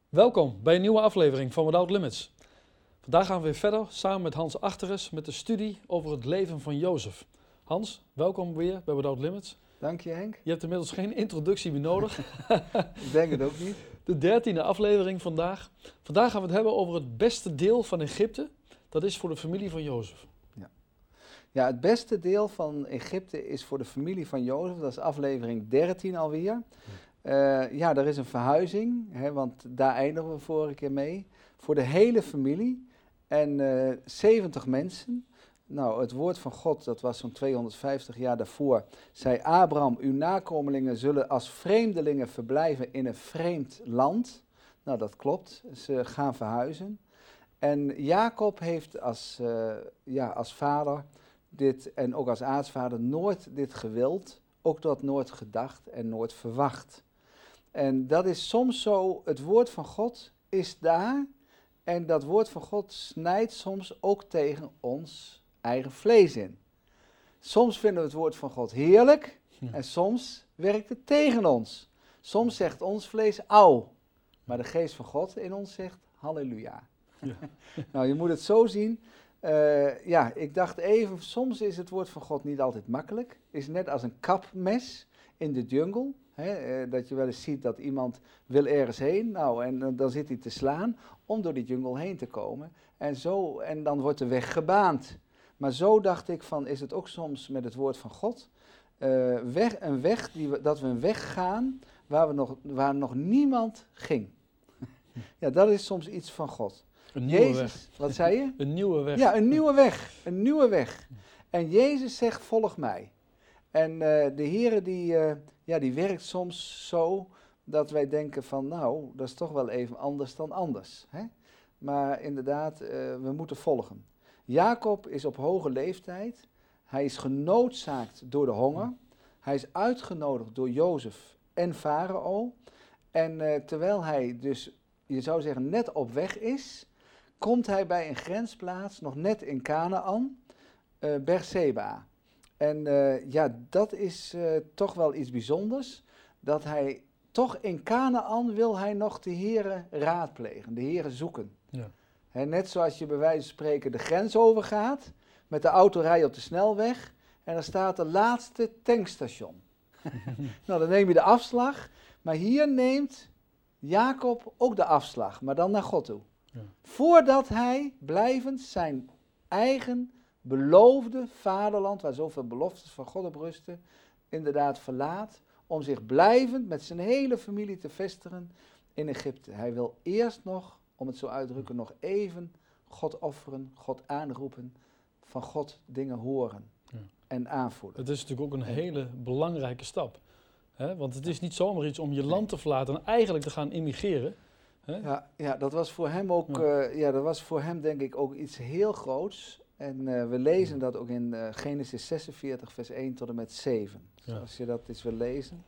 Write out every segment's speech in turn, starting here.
Welkom bij een nieuwe aflevering van Without Limits. Vandaag gaan we weer verder samen met Hans Achteres met de studie over het leven van Jozef. Hans, welkom weer bij Without Limits. Dank je, Henk. Je hebt inmiddels geen introductie meer nodig. Ik denk het ook niet. De 13e aflevering vandaag. Vandaag gaan we het hebben over het beste deel van Egypte. Dat is voor de familie van Jozef. Ja, het beste deel van Egypte is voor de familie van Jozef. Dat is aflevering 13 alweer. Er is een verhuizing, want daar eindigen we vorige keer mee. Voor de hele familie en 70 mensen. Nou, het woord van God, dat was zo'n 250 jaar daarvoor, zei Abraham, uw nakomelingen zullen als vreemdelingen verblijven in een vreemd land. Nou, dat klopt. Ze gaan verhuizen. En Jacob heeft als vader dit, en ook als aartsvader, nooit dit gewild, ook dat nooit gedacht en nooit verwacht. En dat is soms zo, het woord van God is daar en dat woord van God snijdt soms ook tegen ons eigen vlees in. Soms vinden we het woord van God heerlijk en soms werkt het tegen ons. Soms zegt ons vlees auw, maar de geest van God in ons zegt halleluja. Ja. Nou, je moet het zo zien. Ik dacht even, soms is het woord van God niet altijd makkelijk. Is net als een kapmes in de jungle. Dat je wel eens ziet dat iemand wil ergens heen. Nou, en dan zit hij te slaan om door die jungle heen te komen. En dan wordt de weg gebaand. Maar zo dacht ik van, is het ook soms met het woord van God. Dat we een weg gaan waar nog niemand ging. Ja, dat is soms iets van God. Een nieuwe weg. Wat zei je? Een nieuwe weg. Ja, een nieuwe weg. Een nieuwe weg. En Jezus zegt, volg mij. En de Heere die werkt soms zo dat wij denken van, nou, dat is toch wel even anders dan anders. Hè? Maar inderdaad, we moeten volgen. Jacob is op hoge leeftijd. Hij is genoodzaakt door de honger. Hij is uitgenodigd door Jozef en Farao. En terwijl hij dus, je zou zeggen, net op weg is, komt hij bij een grensplaats, nog net in Kanaan, Beerseba. En dat is toch wel iets bijzonders, dat hij toch in Kanaan wil hij nog de Heere raadplegen, de Heere zoeken. Ja. Net zoals je bij wijze van spreken de grens overgaat, met de auto rij je op de snelweg en dan staat de laatste tankstation. Nou, dan neem je de afslag, maar hier neemt Jacob ook de afslag, maar dan naar God toe. Ja. Voordat hij blijvend zijn eigen beloofde vaderland, waar zoveel beloftes van God op rusten, inderdaad verlaat, om zich blijvend met zijn hele familie te vestigen in Egypte. Hij wil eerst nog, om het zo uit te drukken, nog even God offeren, God aanroepen, van God dingen horen en aanvoelen. Het is natuurlijk ook een hele belangrijke stap. Hè? Want het is niet zomaar iets om je land te verlaten en eigenlijk te gaan immigreren. Hè? Ja, dat was voor hem ook, dat was voor hem denk ik ook iets heel groots. En we lezen dat ook in Genesis 46, vers 1 tot en met 7. Ja. Als je dat eens wil lezen.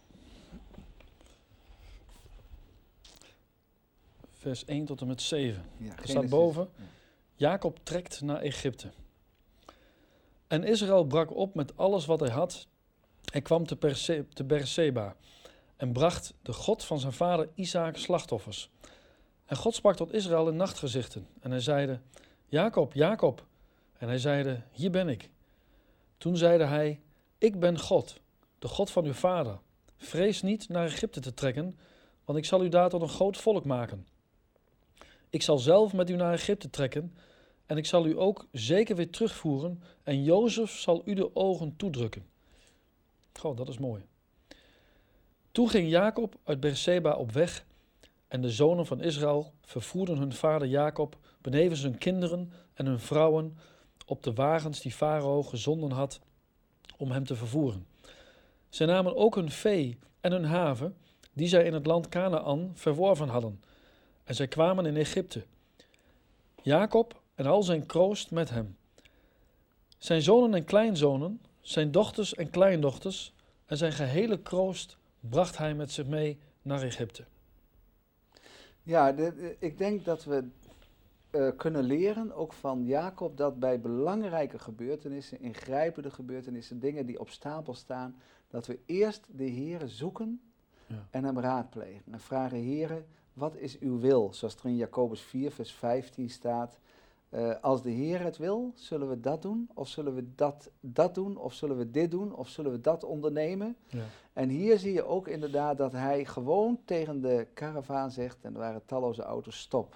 Vers 1 tot en met 7. Ja, er staat boven, Jacob trekt naar Egypte. En Israël brak op met alles wat hij had en kwam te Beerseba en bracht de God van zijn vader Isaak slachtoffers. En God sprak tot Israël in nachtgezichten en hij zeide, Jacob, Jacob. En hij zeide, hier ben ik. Toen zeide hij, ik ben God, de God van uw vader. Vrees niet naar Egypte te trekken, want ik zal u daar tot een groot volk maken. Ik zal zelf met u naar Egypte trekken en ik zal u ook zeker weer terugvoeren en Jozef zal u de ogen toedrukken. Goh, dat is mooi. Toen ging Jacob uit Beerseba op weg en de zonen van Israël vervoerden hun vader Jacob benevens hun kinderen en hun vrouwen op de wagens die Farao gezonden had om hem te vervoeren. Zij namen ook hun vee en hun haven die zij in het land Kanaan verworven hadden. En zij kwamen in Egypte. Jacob en al zijn kroost met hem. Zijn zonen en kleinzonen, zijn dochters en kleindochters en zijn gehele kroost bracht hij met zich mee naar Egypte. Ja, ik denk dat we kunnen leren, ook van Jacob, dat bij belangrijke gebeurtenissen, ingrijpende gebeurtenissen, dingen die op stapel staan, dat we eerst de Heere zoeken en hem raadplegen. En vragen, Heere, wat is uw wil? Zoals er in Jacobus 4 vers 15 staat. Als de Heer het wil, zullen we dat doen? Of zullen we dat doen? Of zullen we dit doen? Of zullen we dat ondernemen? Ja. En hier zie je ook inderdaad dat hij gewoon tegen de karavaan zegt, en er waren talloze auto's, stop.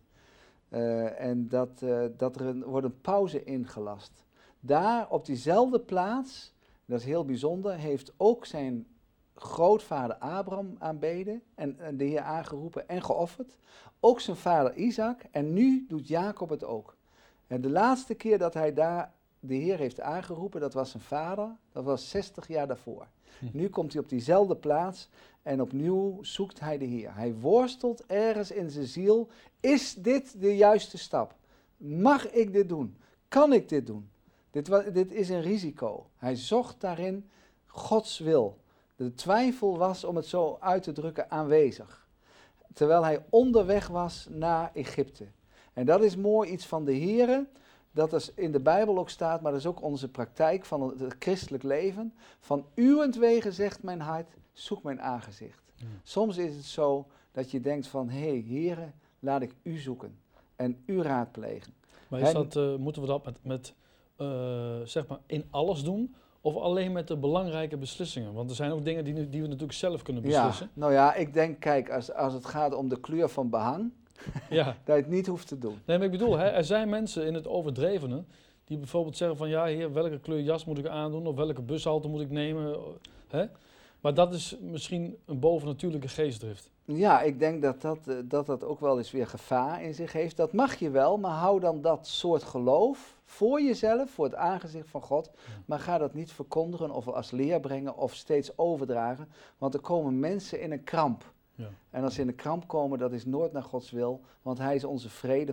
En dat wordt een pauze ingelast. Daar op diezelfde plaats, dat is heel bijzonder, heeft ook zijn grootvader Abraham aanbeden en de Heer aangeroepen en geofferd. Ook zijn vader Isaac en nu doet Jacob het ook. En de laatste keer dat hij daar de Heer heeft aangeroepen, dat was zijn vader, dat was 60 jaar daarvoor. Nu komt hij op diezelfde plaats en opnieuw zoekt hij de Heer. Hij worstelt ergens in zijn ziel, is dit de juiste stap? Mag ik dit doen? Kan ik dit doen? Dit is een risico. Hij zocht daarin Gods wil. De twijfel was, om het zo uit te drukken, aanwezig. Terwijl hij onderweg was naar Egypte. En dat is mooi iets van de Heere, dat er in de Bijbel ook staat, maar dat is ook onze praktijk van het christelijk leven. Van uwentwege zegt mijn hart, zoek mijn aangezicht. Ja. Soms is het zo dat je denkt van, hé, Heere, laat ik u zoeken en u raadplegen. Maar is dat, moeten we dat met zeg maar in alles doen? Of alleen met de belangrijke beslissingen? Want er zijn ook dingen die we natuurlijk zelf kunnen beslissen. Ja, nou ja, ik denk, kijk, als het gaat om de kleur van behang, ja. Dat je het niet hoeft te doen. Nee, maar ik bedoel, er zijn mensen in het overdrevene die bijvoorbeeld zeggen van, ja heer, welke kleur jas moet ik aandoen? Of welke bushalte moet ik nemen? Hè? Maar dat is misschien een bovennatuurlijke geestdrift. Ja, ik denk dat ook wel eens weer gevaar in zich heeft. Dat mag je wel, maar hou dan dat soort geloof voor jezelf, voor het aangezicht van God. Ja. Maar ga dat niet verkondigen of als leer brengen of steeds overdragen. Want er komen mensen in een kramp. Ja. En als ze in een kramp komen, dat is nooit naar Gods wil. Want hij is onze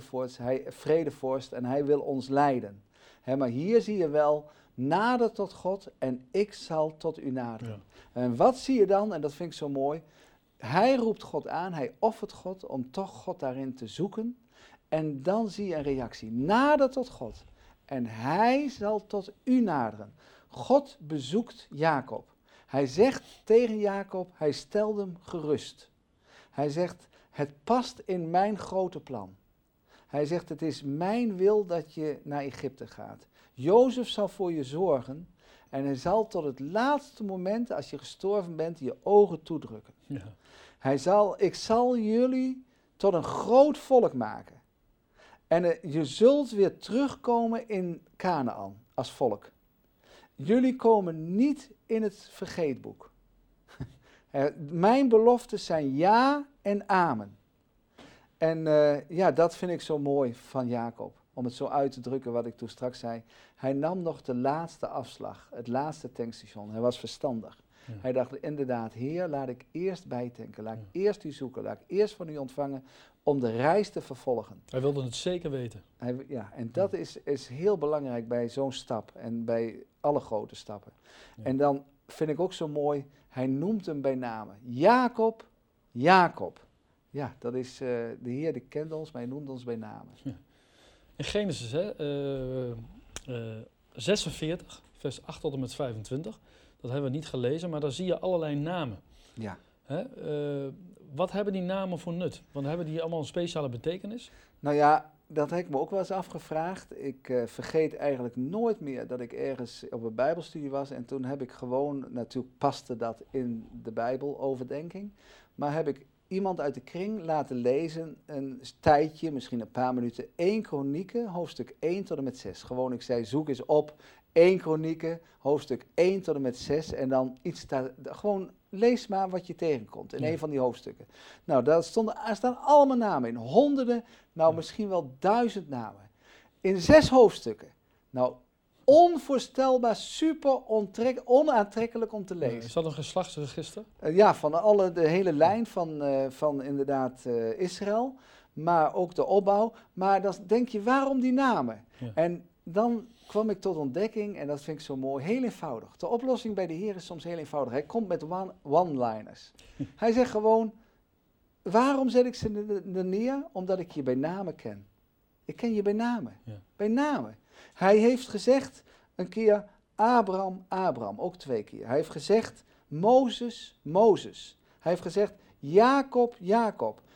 vredevorst en hij wil ons leiden. Maar hier zie je wel, nader tot God en ik zal tot u naderen. Ja. En wat zie je dan? En dat vind ik zo mooi. Hij roept God aan, hij offert God om toch God daarin te zoeken. En dan zie je een reactie. Nader tot God. En hij zal tot u naderen. God bezoekt Jacob. Hij zegt tegen Jacob, hij stelt hem gerust. Hij zegt, het past in mijn grote plan. Hij zegt, het is mijn wil dat je naar Egypte gaat. Jozef zal voor je zorgen en hij zal tot het laatste moment, als je gestorven bent, je ogen toedrukken. Ja. Ik zal jullie tot een groot volk maken. En je zult weer terugkomen in Kanaan als volk. Jullie komen niet in het vergeetboek. Mijn beloftes zijn ja en amen. En dat vind ik zo mooi van Jacob. Om het zo uit te drukken wat ik toen straks zei. Hij nam nog de laatste afslag, het laatste tankstation. Hij was verstandig. Ja. Hij dacht inderdaad, Heer, laat ik eerst bijtanken. Laat ik eerst u zoeken. Laat ik eerst van u ontvangen om de reis te vervolgen. Hij wilde het zeker weten. En dat is heel belangrijk bij zo'n stap en bij alle grote stappen. Ja. En dan vind ik ook zo mooi, hij noemt hem bij name. Jacob, Jacob. Ja, dat is de Heer die kent ons, maar hij noemt ons bij name. Ja. In Genesis 46, vers 8 tot en met 25, dat hebben we niet gelezen, maar daar zie je allerlei namen. Ja. Wat hebben die namen voor nut? Want hebben die allemaal een speciale betekenis? Nou ja, dat heb ik me ook wel eens afgevraagd. Ik vergeet eigenlijk nooit meer dat ik ergens op een bijbelstudie was. En toen heb ik gewoon, natuurlijk paste dat in de bijbeloverdenking. Maar heb ik iemand uit de kring laten lezen, een tijdje, misschien een paar minuten, 1 Kronieken, hoofdstuk 1 tot en met 6. Gewoon, ik zei, zoek eens op 1 Kronieken, hoofdstuk 1 tot en met 6. En dan iets daar, gewoon lees maar wat je tegenkomt in een van die hoofdstukken. Nou, daar staan allemaal namen in, honderden, misschien wel 1000 namen. In 6 hoofdstukken. Nou, onvoorstelbaar, super onaantrekkelijk om te lezen. Is dat een geslachtsregister? Van de hele lijn van inderdaad Israël, maar ook de opbouw. Maar dan denk je, waarom die namen? Ja. En dan kwam ik tot ontdekking, en dat vind ik zo mooi, heel eenvoudig. De oplossing bij de Heer is soms heel eenvoudig. Hij komt met one-liners. Hij zegt gewoon, waarom zet ik ze er neer? Omdat ik je bij name ken. Ik ken je bij name. Ja. Bij name. Hij heeft gezegd een keer Abraham, Abraham, ook 2 keer. Hij heeft gezegd Mozes, Mozes. Hij heeft gezegd Jacob, Jacob.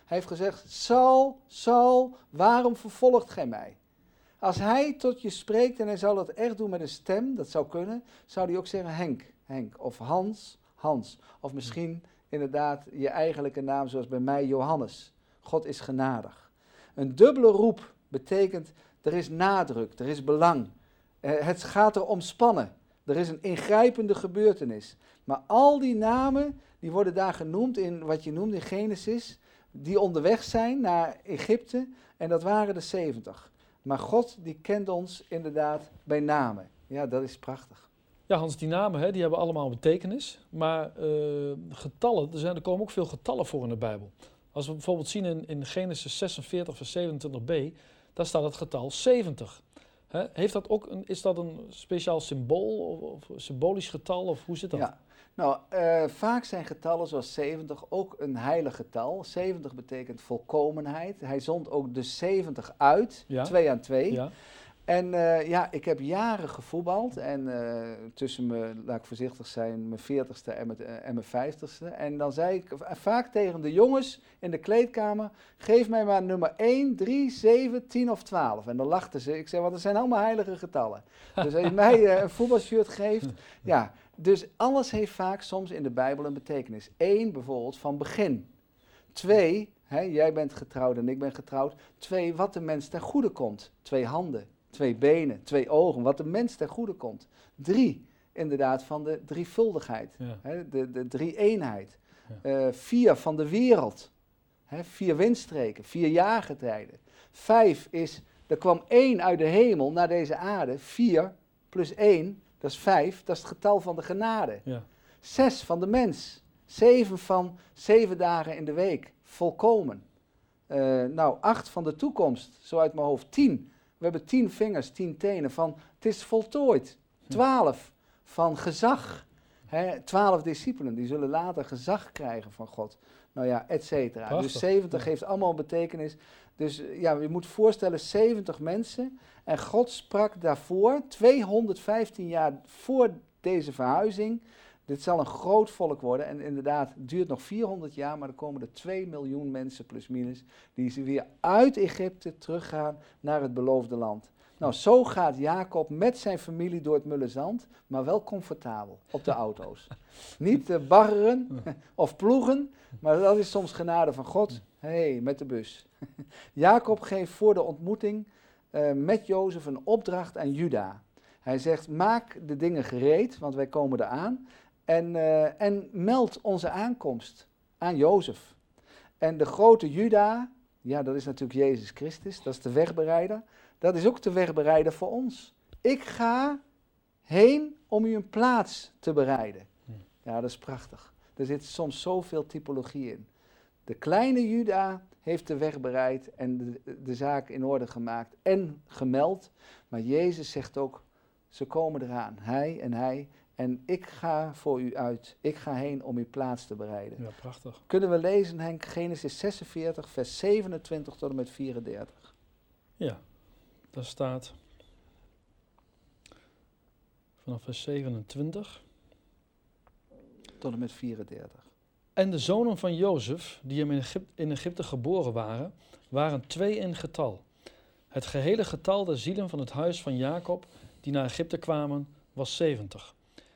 Hij heeft gezegd, Saul, waarom vervolgt gij mij? Als hij tot je spreekt en hij zou dat echt doen met een stem, dat zou kunnen, zou hij ook zeggen Henk, of Hans. Of misschien inderdaad je eigenlijke naam zoals bij mij Johannes. God is genadig. Een dubbele roep betekent, er is nadruk, er is belang. Het gaat er om spannen. Er is een ingrijpende gebeurtenis. Maar al die namen, die worden daar genoemd in wat je noemt in Genesis, die onderweg zijn naar Egypte, en dat waren de 70. Maar God die kent ons inderdaad bij namen. Ja, dat is prachtig. Ja, Hans, die namen die hebben allemaal betekenis. Maar getallen, er komen ook veel getallen voor in de Bijbel. Als we bijvoorbeeld zien in Genesis 46 vers 27b, daar staat het getal 70. Heeft dat ook is dat een speciaal symbool of symbolisch getal of hoe zit dat? Ja. Nou, vaak zijn getallen zoals 70 ook een heilig getal. 70 betekent volkomenheid. Hij zond ook de 70 uit, 2 aan 2. Ja. En ik heb jaren gevoetbald en tussen mijn, laat ik voorzichtig zijn, mijn 40ste en mijn 50ste. En dan zei ik vaak tegen de jongens in de kleedkamer, geef mij maar nummer 1, 3, 7, 10 of 12. En dan lachten ze. Ik zei, want dat zijn allemaal heilige getallen. Dus als je mij een voetbalshirt geeft, ja. Dus alles heeft vaak soms in de Bijbel een betekenis. 1 bijvoorbeeld van begin. 2, jij bent getrouwd en ik ben getrouwd. 2, wat de mens ten goede komt. 2 handen. 2 benen, 2 ogen, wat de mens ten goede komt. 3, inderdaad, van de drievuldigheid, de drie-eenheid. 4, van de wereld. 4 windstreken, 4 jaargetijden. 5 is, er kwam 1 uit de hemel naar deze aarde. 4 plus 1, dat is 5, dat is het getal van de genade. 6 van de mens. 7 van 7 dagen in de week, volkomen. 8 van de toekomst, zo uit mijn hoofd. 10. We hebben 10 vingers, 10 tenen van het is voltooid. 12 van gezag. 12 discipelen, die zullen later gezag krijgen van God. Nou ja, et cetera. Prachtig. Dus 70 heeft allemaal betekenis. Dus ja, je moet voorstellen 70 mensen. En God sprak daarvoor, 215 jaar voor deze verhuizing. Dit zal een groot volk worden en inderdaad, het duurt nog 400 jaar, maar dan komen er 2 miljoen mensen plus minus, die weer uit Egypte teruggaan naar het beloofde land. Nou, zo gaat Jacob met zijn familie door het mulle zand, maar wel comfortabel op de auto's. Niet baggeren of ploegen, maar dat is soms genade van God. Met de bus. Jacob geeft voor de ontmoeting met Jozef een opdracht aan Juda. Hij zegt, maak de dingen gereed, want wij komen eraan. En meld onze aankomst aan Jozef. En de grote Juda, ja, dat is natuurlijk Jezus Christus, dat is de wegbereider. Dat is ook de wegbereider voor ons. Ik ga heen om u een plaats te bereiden. Ja, dat is prachtig. Er zit soms zoveel typologie in. De kleine Juda heeft de weg bereid en de zaak in orde gemaakt en gemeld. Maar Jezus zegt ook, ze komen eraan, hij en hij. En ik ga voor u uit. Ik ga heen om uw plaats te bereiden. Ja, prachtig. Kunnen we lezen, Henk, Genesis 46, vers 27 tot en met 34. Ja, daar staat vanaf vers 27 tot en met 34. En de zonen van Jozef, die hem in Egypte geboren waren 2 in getal. Het gehele getal der zielen van het huis van Jacob, die naar Egypte kwamen, was 70.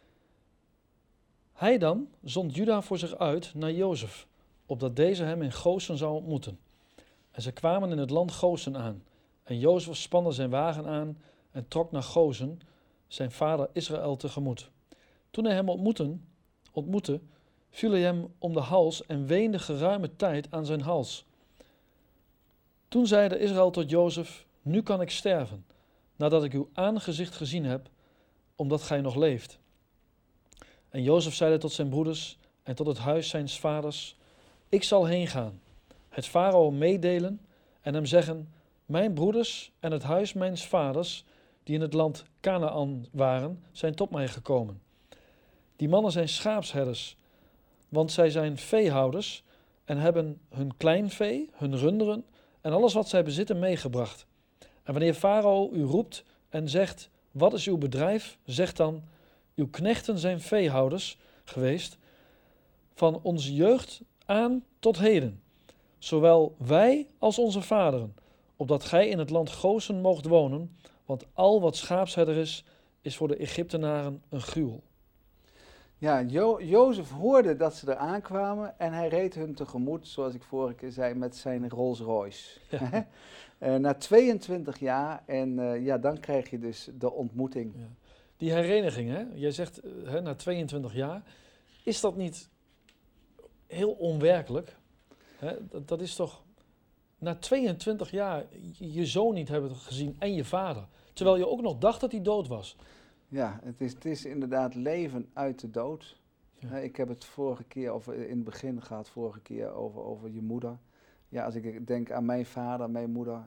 Hij dan zond Juda voor zich uit naar Jozef, opdat deze hem in Gosen zou ontmoeten. En ze kwamen in het land Gosen aan. En Jozef spande zijn wagen aan en trok naar Gosen, zijn vader Israël tegemoet. Toen hij hem ontmoette, viel hij hem om de hals en weende geruime tijd aan zijn hals. Toen zeide Israël tot Jozef, nu kan ik sterven, nadat ik uw aangezicht gezien heb, omdat gij nog leeft. En Jozef zeide tot zijn broeders en tot het huis zijns vaders, ik zal heen gaan, het farao meedelen en hem zeggen, mijn broeders en het huis mijns vaders, die in het land Kanaan waren, zijn tot mij gekomen. Die mannen zijn schaapsherders, want zij zijn veehouders en hebben hun kleinvee, hun runderen en alles wat zij bezitten meegebracht. En wanneer farao u roept en zegt, wat is uw bedrijf, zeg dan, uw knechten zijn veehouders geweest, van onze jeugd aan tot heden. zowel wij als onze vaderen, opdat gij in het land Gosen moogt wonen, want al wat schaapsherder is, is voor de Egyptenaren een gruwel. Ja, Jozef hoorde dat ze er aankwamen en hij reed hun tegemoet, zoals ik vorige keer zei, met zijn Rolls Royce. Ja. Na 22 jaar en dan krijg je dus de ontmoeting. Ja. Die hereniging, hè? Jij zegt na 22 jaar, is dat niet heel onwerkelijk? Hè? Dat is toch na 22 jaar je zoon niet hebben gezien en je vader, terwijl je ook nog dacht dat hij dood was. Ja, het is inderdaad leven uit de dood. Ja. Ik heb het vorige keer, in het begin gehad, over je moeder. Ja, als ik denk aan mijn vader, mijn moeder,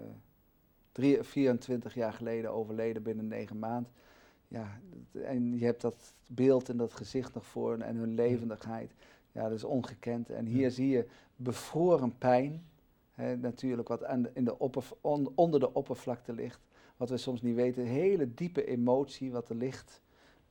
24 jaar geleden overleden binnen 9 maanden. Ja, en je hebt dat beeld en dat gezicht nog voor en hun levendigheid. Ja, dat is ongekend. En hier zie je bevroren pijn, natuurlijk wat onder de oppervlakte ligt. Wat we soms niet weten, hele diepe emotie wat er ligt.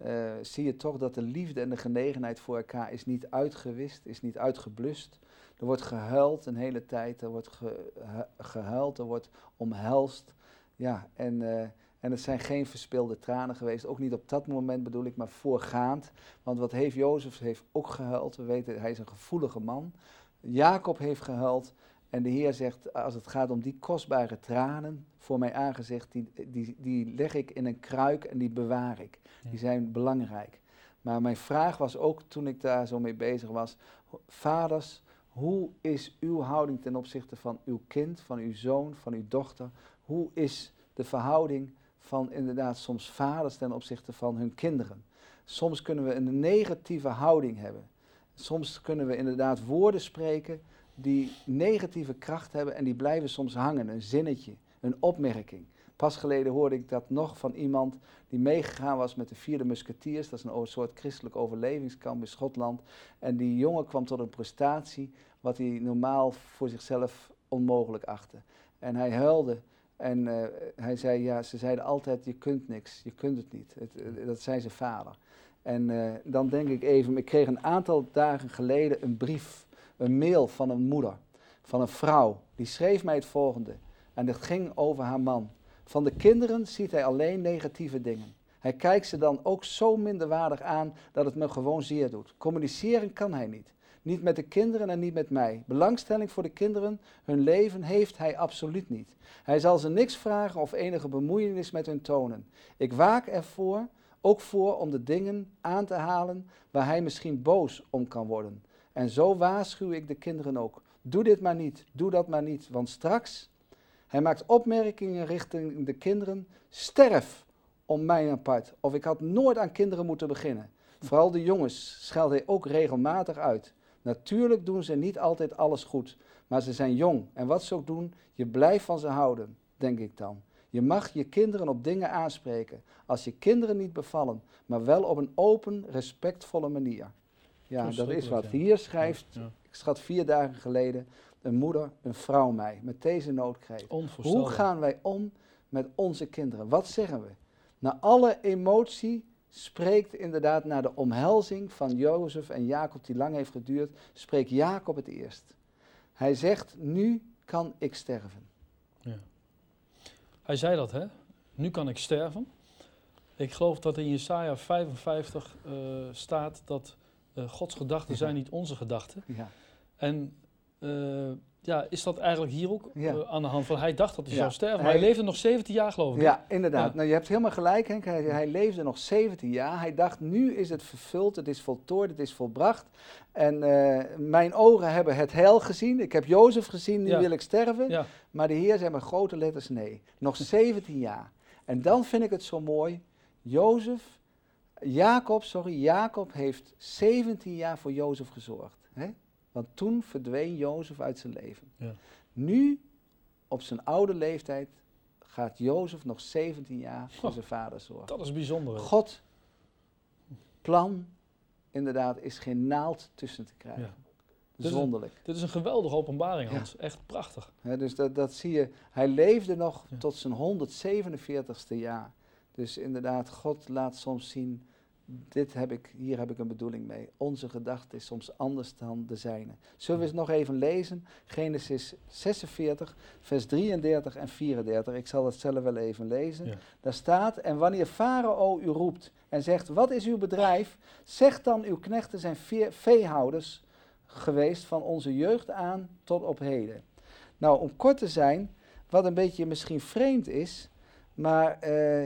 Zie je toch dat de liefde en de genegenheid voor elkaar is niet uitgewist, is niet uitgeblust. Er wordt gehuild een hele tijd, er wordt gehuild, er wordt omhelst. Ja, en het zijn geen verspilde tranen geweest, ook niet op dat moment bedoel ik, maar voorgaand. Want wat heeft Jozef heeft ook gehuild, we weten hij is een gevoelige man. Jacob heeft gehuild. En de Heer zegt, als het gaat om die kostbare tranen voor mijn aangezicht, die leg ik in een kruik en die bewaar ik. Ja. Die zijn belangrijk. Maar mijn vraag was ook, toen ik daar zo mee bezig was, vaders, hoe is uw houding ten opzichte van uw kind, van uw zoon, van uw dochter? Hoe is de verhouding van inderdaad soms vaders ten opzichte van hun kinderen? Soms kunnen we een negatieve houding hebben. Soms kunnen we inderdaad woorden spreken die negatieve kracht hebben en die blijven soms hangen. Een zinnetje, een opmerking. Pas geleden hoorde ik dat nog van iemand die meegegaan was met de 4e Musketiers. Dat is een soort christelijk overlevingskamp in Schotland. En die jongen kwam tot een prestatie wat hij normaal voor zichzelf onmogelijk achtte. En hij huilde en hij zei, ja, ze zeiden altijd, je kunt niks, je kunt het niet. Dat zei zijn vader. En dan denk ik even, ik kreeg een aantal dagen geleden een brief, een mail van een moeder, van een vrouw. Die schreef mij het volgende. En dat ging over haar man. Van de kinderen ziet hij alleen negatieve dingen. Hij kijkt ze dan ook zo minderwaardig aan dat het me gewoon zeer doet. Communiceren kan hij niet. Niet met de kinderen en niet met mij. Belangstelling voor de kinderen, hun leven, heeft hij absoluut niet. Hij zal ze niks vragen of enige bemoeienis met hun tonen. Ik waak ervoor, ook voor om de dingen aan te halen waar hij misschien boos om kan worden. En zo waarschuw ik de kinderen ook. Doe dit maar niet, doe dat maar niet, want straks, hij maakt opmerkingen richting de kinderen, sterf om mij apart. Of ik had nooit aan kinderen moeten beginnen. Vooral de jongens scheldt hij ook regelmatig uit. Natuurlijk doen ze niet altijd alles goed, maar ze zijn jong. En wat ze ook doen, je blijft van ze houden, denk ik dan. Je mag je kinderen op dingen aanspreken, als je kinderen niet bevallen, maar wel op een open, respectvolle manier. Ja, dat is wat. Hier schrijft, ik schat 4 dagen geleden, een moeder, een vrouw mij, met deze noodkreet. Hoe gaan wij om met onze kinderen? Wat zeggen we? Na alle emotie spreekt inderdaad naar de omhelzing van Jozef en Jacob, die lang heeft geduurd, spreekt Jacob het eerst. Hij zegt, nu kan ik sterven. Ja. Hij zei dat, hè? Nu kan ik sterven. Ik geloof dat in Jesaja 55 staat dat Gods gedachten zijn niet onze gedachten. Ja. En is dat eigenlijk hier ook aan de hand van? Hij dacht dat hij zou sterven, maar hij hij leefde nog 17 jaar, geloof ik. Ja, inderdaad. Ja. Nou, je hebt helemaal gelijk, Henk. Hij leefde nog 17 jaar. Hij dacht, nu is het vervuld, het is voltooid, het is volbracht. En mijn ogen hebben het heil gezien. Ik heb Jozef gezien, nu wil ik sterven. Ja. Maar de Heer zei met grote letters nee. Nog 17 jaar. En dan vind ik het zo mooi. Jacob heeft 17 jaar voor Jozef gezorgd. Hè? Want toen verdween Jozef uit zijn leven. Ja. Nu, op zijn oude leeftijd, gaat Jozef nog 17 jaar voor zijn vader zorgen. Dat is bijzonder. God, plan, inderdaad, is geen naald tussen te krijgen. Ja. Wonderlijk. Dit is een geweldige openbaring, Hans. Ja. Echt prachtig. Ja, dus dat zie je. Hij leefde nog tot zijn 147ste jaar. Dus inderdaad, God laat soms zien hier heb ik een bedoeling mee. Onze gedachte is soms anders dan de zijne. Zullen we eens nog even lezen? Genesis 46, vers 33 en 34. Ik zal het zelf wel even lezen. Ja. Daar staat, en wanneer Farao u roept en zegt, wat is uw bedrijf? Zeg dan, uw knechten zijn veehouders geweest van onze jeugd aan tot op heden. Nou, om kort te zijn, wat een beetje misschien vreemd is, maar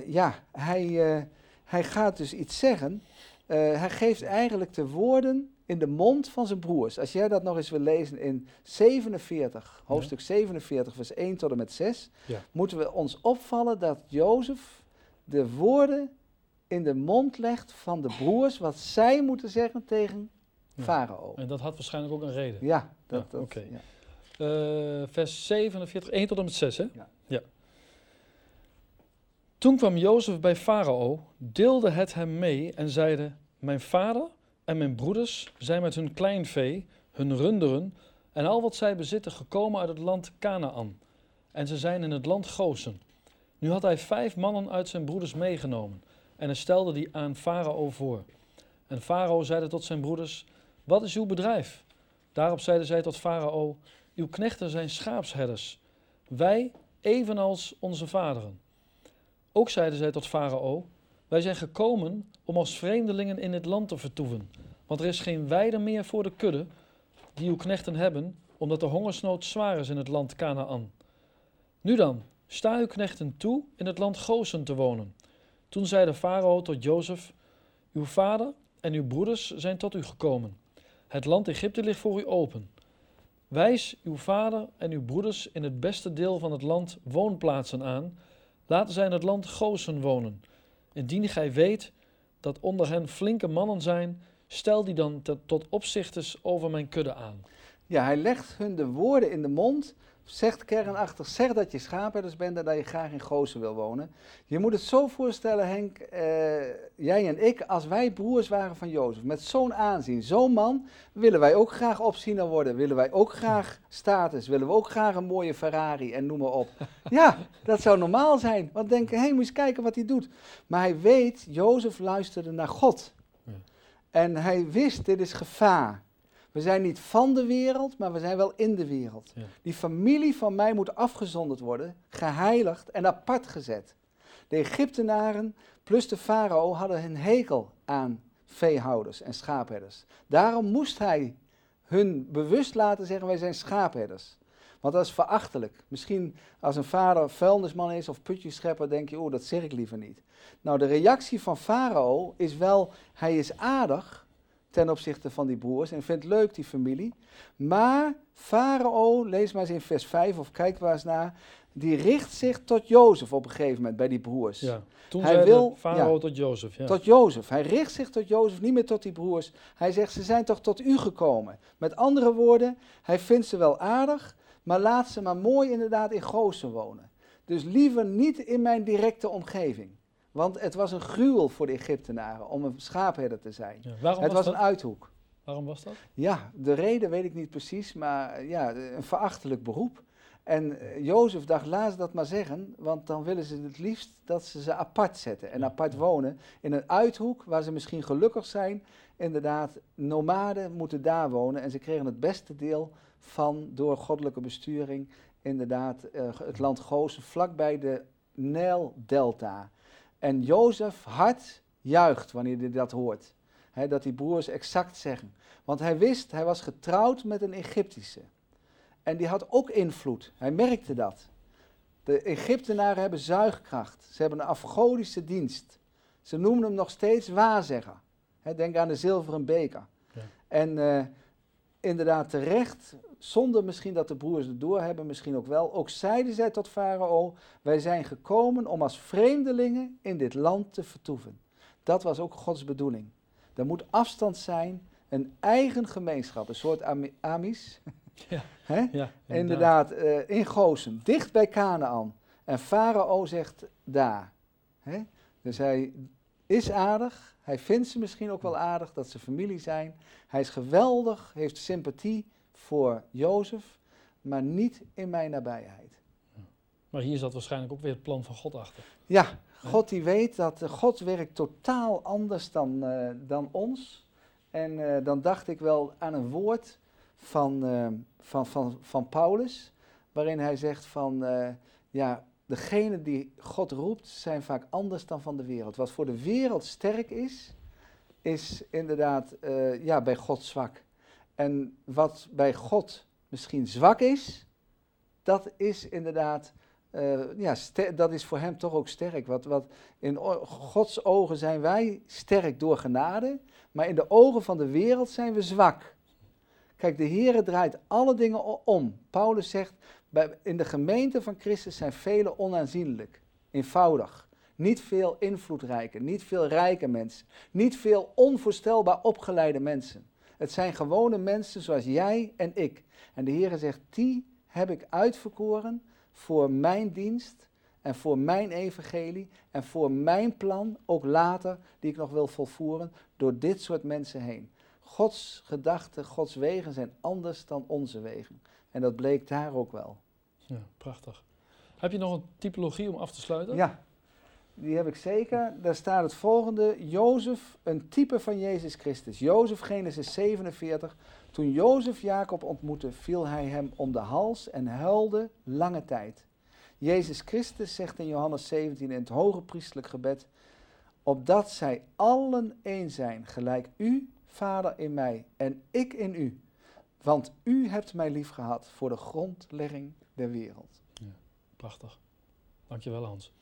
hij gaat dus iets zeggen. Hij geeft eigenlijk de woorden in de mond van zijn broers. Als jij dat nog eens wil lezen in 47, hoofdstuk 47, vers 1 tot en met 6, moeten we ons opvallen dat Jozef de woorden in de mond legt van de broers, wat zij moeten zeggen tegen Farao. En dat had waarschijnlijk ook een reden. Ja, oké. Vers 47, 1 tot en met 6, hè? Ja. Toen kwam Jozef bij Farao, deelde het hem mee en zeide, mijn vader en mijn broeders zijn met hun kleinvee, hun runderen en al wat zij bezitten gekomen uit het land Kanaan. En ze zijn in het land Gosen. Nu had hij 5 mannen uit zijn broeders meegenomen en hij stelde die aan Farao voor. En Farao zeide tot zijn broeders, wat is uw bedrijf? Daarop zeiden zij tot Farao, uw knechten zijn schaapsherders, wij evenals onze vaderen. Ook zeiden zij tot Farao, wij zijn gekomen om als vreemdelingen in dit land te vertoeven, want er is geen weide meer voor de kudde die uw knechten hebben, omdat de hongersnood zwaar is in het land Kanaan. Nu dan, sta uw knechten toe in het land Gosen te wonen. Toen zeide Farao tot Jozef, uw vader en uw broeders zijn tot u gekomen. Het land Egypte ligt voor u open. Wijs uw vader en uw broeders in het beste deel van het land woonplaatsen aan. Laten zij in het land Gosen wonen. Indien gij weet dat onder hen flinke mannen zijn, stel die dan tot opzichters over mijn kudde aan. Ja, hij legt hun de woorden in de mond, zegt kernachtig, zeg dat je schaapherders bent en dat je graag in Gozen wil wonen. Je moet het zo voorstellen, Henk, jij en ik, als wij broers waren van Jozef, met zo'n aanzien, zo'n man, willen wij ook graag opziener worden, willen wij ook graag status, willen we ook graag een mooie Ferrari en noem maar op. Ja, dat zou normaal zijn, want denken, hé, moet eens kijken wat hij doet. Maar hij weet, Jozef luisterde naar God. Ja. En hij wist, dit is gevaar. We zijn niet van de wereld, maar we zijn wel in de wereld. Ja. Die familie van mij moet afgezonderd worden, geheiligd en apart gezet. De Egyptenaren plus de farao hadden een hekel aan veehouders en schaapherders. Daarom moest hij hun bewust laten zeggen, wij zijn schaapherders. Want dat is verachtelijk. Misschien als een vader vuilnisman is of putjeschepper, denk je, dat zeg ik liever niet. Nou, de reactie van farao is wel, hij is aardig ten opzichte van die broers en vindt leuk die familie. Maar Farao, lees maar eens in vers 5 of kijk maar eens naar, die richt zich tot Jozef op een gegeven moment bij die broers. Ja, toen zei Farao tot Jozef. Ja. Tot Jozef. Hij richt zich tot Jozef, niet meer tot die broers. Hij zegt, ze zijn toch tot u gekomen. Met andere woorden, hij vindt ze wel aardig, maar laat ze maar mooi inderdaad in Gozen wonen. Dus liever niet in mijn directe omgeving. Want het was een gruwel voor de Egyptenaren om een schaapherder te zijn. Ja, het was een uithoek. Waarom was dat? Ja, de reden weet ik niet precies, maar ja, een verachtelijk beroep. En Jozef dacht, laat ze dat maar zeggen, want dan willen ze het liefst dat ze apart zetten en apart wonen. In een uithoek waar ze misschien gelukkig zijn. Inderdaad, nomaden moeten daar wonen en ze kregen het beste deel van, door goddelijke besturing, inderdaad het land Gozen, vlakbij de Nijldelta. En Jozef hart juicht wanneer hij dat hoort. He, dat die broers exact zeggen. Want hij wist, hij was getrouwd met een Egyptische. En die had ook invloed. Hij merkte dat. De Egyptenaren hebben zuigkracht. Ze hebben een afgodische dienst. Ze noemen hem nog steeds waarzegger. Denk aan de zilveren beker. Ja. En inderdaad terecht, zonder misschien dat de broers het doorhebben, misschien ook wel. Ook zeiden zij tot Farao, wij zijn gekomen om als vreemdelingen in dit land te vertoeven. Dat was ook Gods bedoeling. Er moet afstand zijn, een eigen gemeenschap, een soort Amis. Ja, ja, inderdaad, in Gozen, dicht bij Kanaan. En Farao zegt daar. Dus hij is aardig, hij vindt ze misschien ook wel aardig, dat ze familie zijn. Hij is geweldig, heeft sympathie voor Jozef, maar niet in mijn nabijheid. Maar hier zat waarschijnlijk ook weer het plan van God achter. Ja, God die weet dat God werkt totaal anders dan ons. En dan dacht ik wel aan een woord van Paulus, waarin hij zegt van, degene die God roept zijn vaak anders dan van de wereld. Wat voor de wereld sterk is inderdaad bij God zwak. En wat bij God misschien zwak is, dat is inderdaad, dat is voor hem toch ook sterk. Wat in Gods ogen zijn wij sterk door genade, maar in de ogen van de wereld zijn we zwak. Kijk, de Heere draait alle dingen om. Paulus zegt, in de gemeente van Christus zijn velen onaanzienlijk, eenvoudig. Niet veel invloedrijke, niet veel rijke mensen, niet veel onvoorstelbaar opgeleide mensen. Het zijn gewone mensen zoals jij en ik. En de Heere zegt, die heb ik uitverkoren voor mijn dienst en voor mijn evangelie en voor mijn plan, ook later, die ik nog wil volvoeren, door dit soort mensen heen. Gods gedachten, Gods wegen zijn anders dan onze wegen. En dat bleek daar ook wel. Ja, prachtig. Heb je nog een typologie om af te sluiten? Ja, die heb ik zeker. Daar staat het volgende. Jozef, een type van Jezus Christus. Jozef, Genesis 47. Toen Jozef Jacob ontmoette, viel hij hem om de hals en huilde lange tijd. Jezus Christus zegt in Johannes 17 in het hoge priestelijk gebed, opdat zij allen één zijn, gelijk u, Vader, in mij en ik in u. Want u hebt mij lief gehad voor de grondlegging der wereld. Ja, prachtig. Dankjewel, Hans.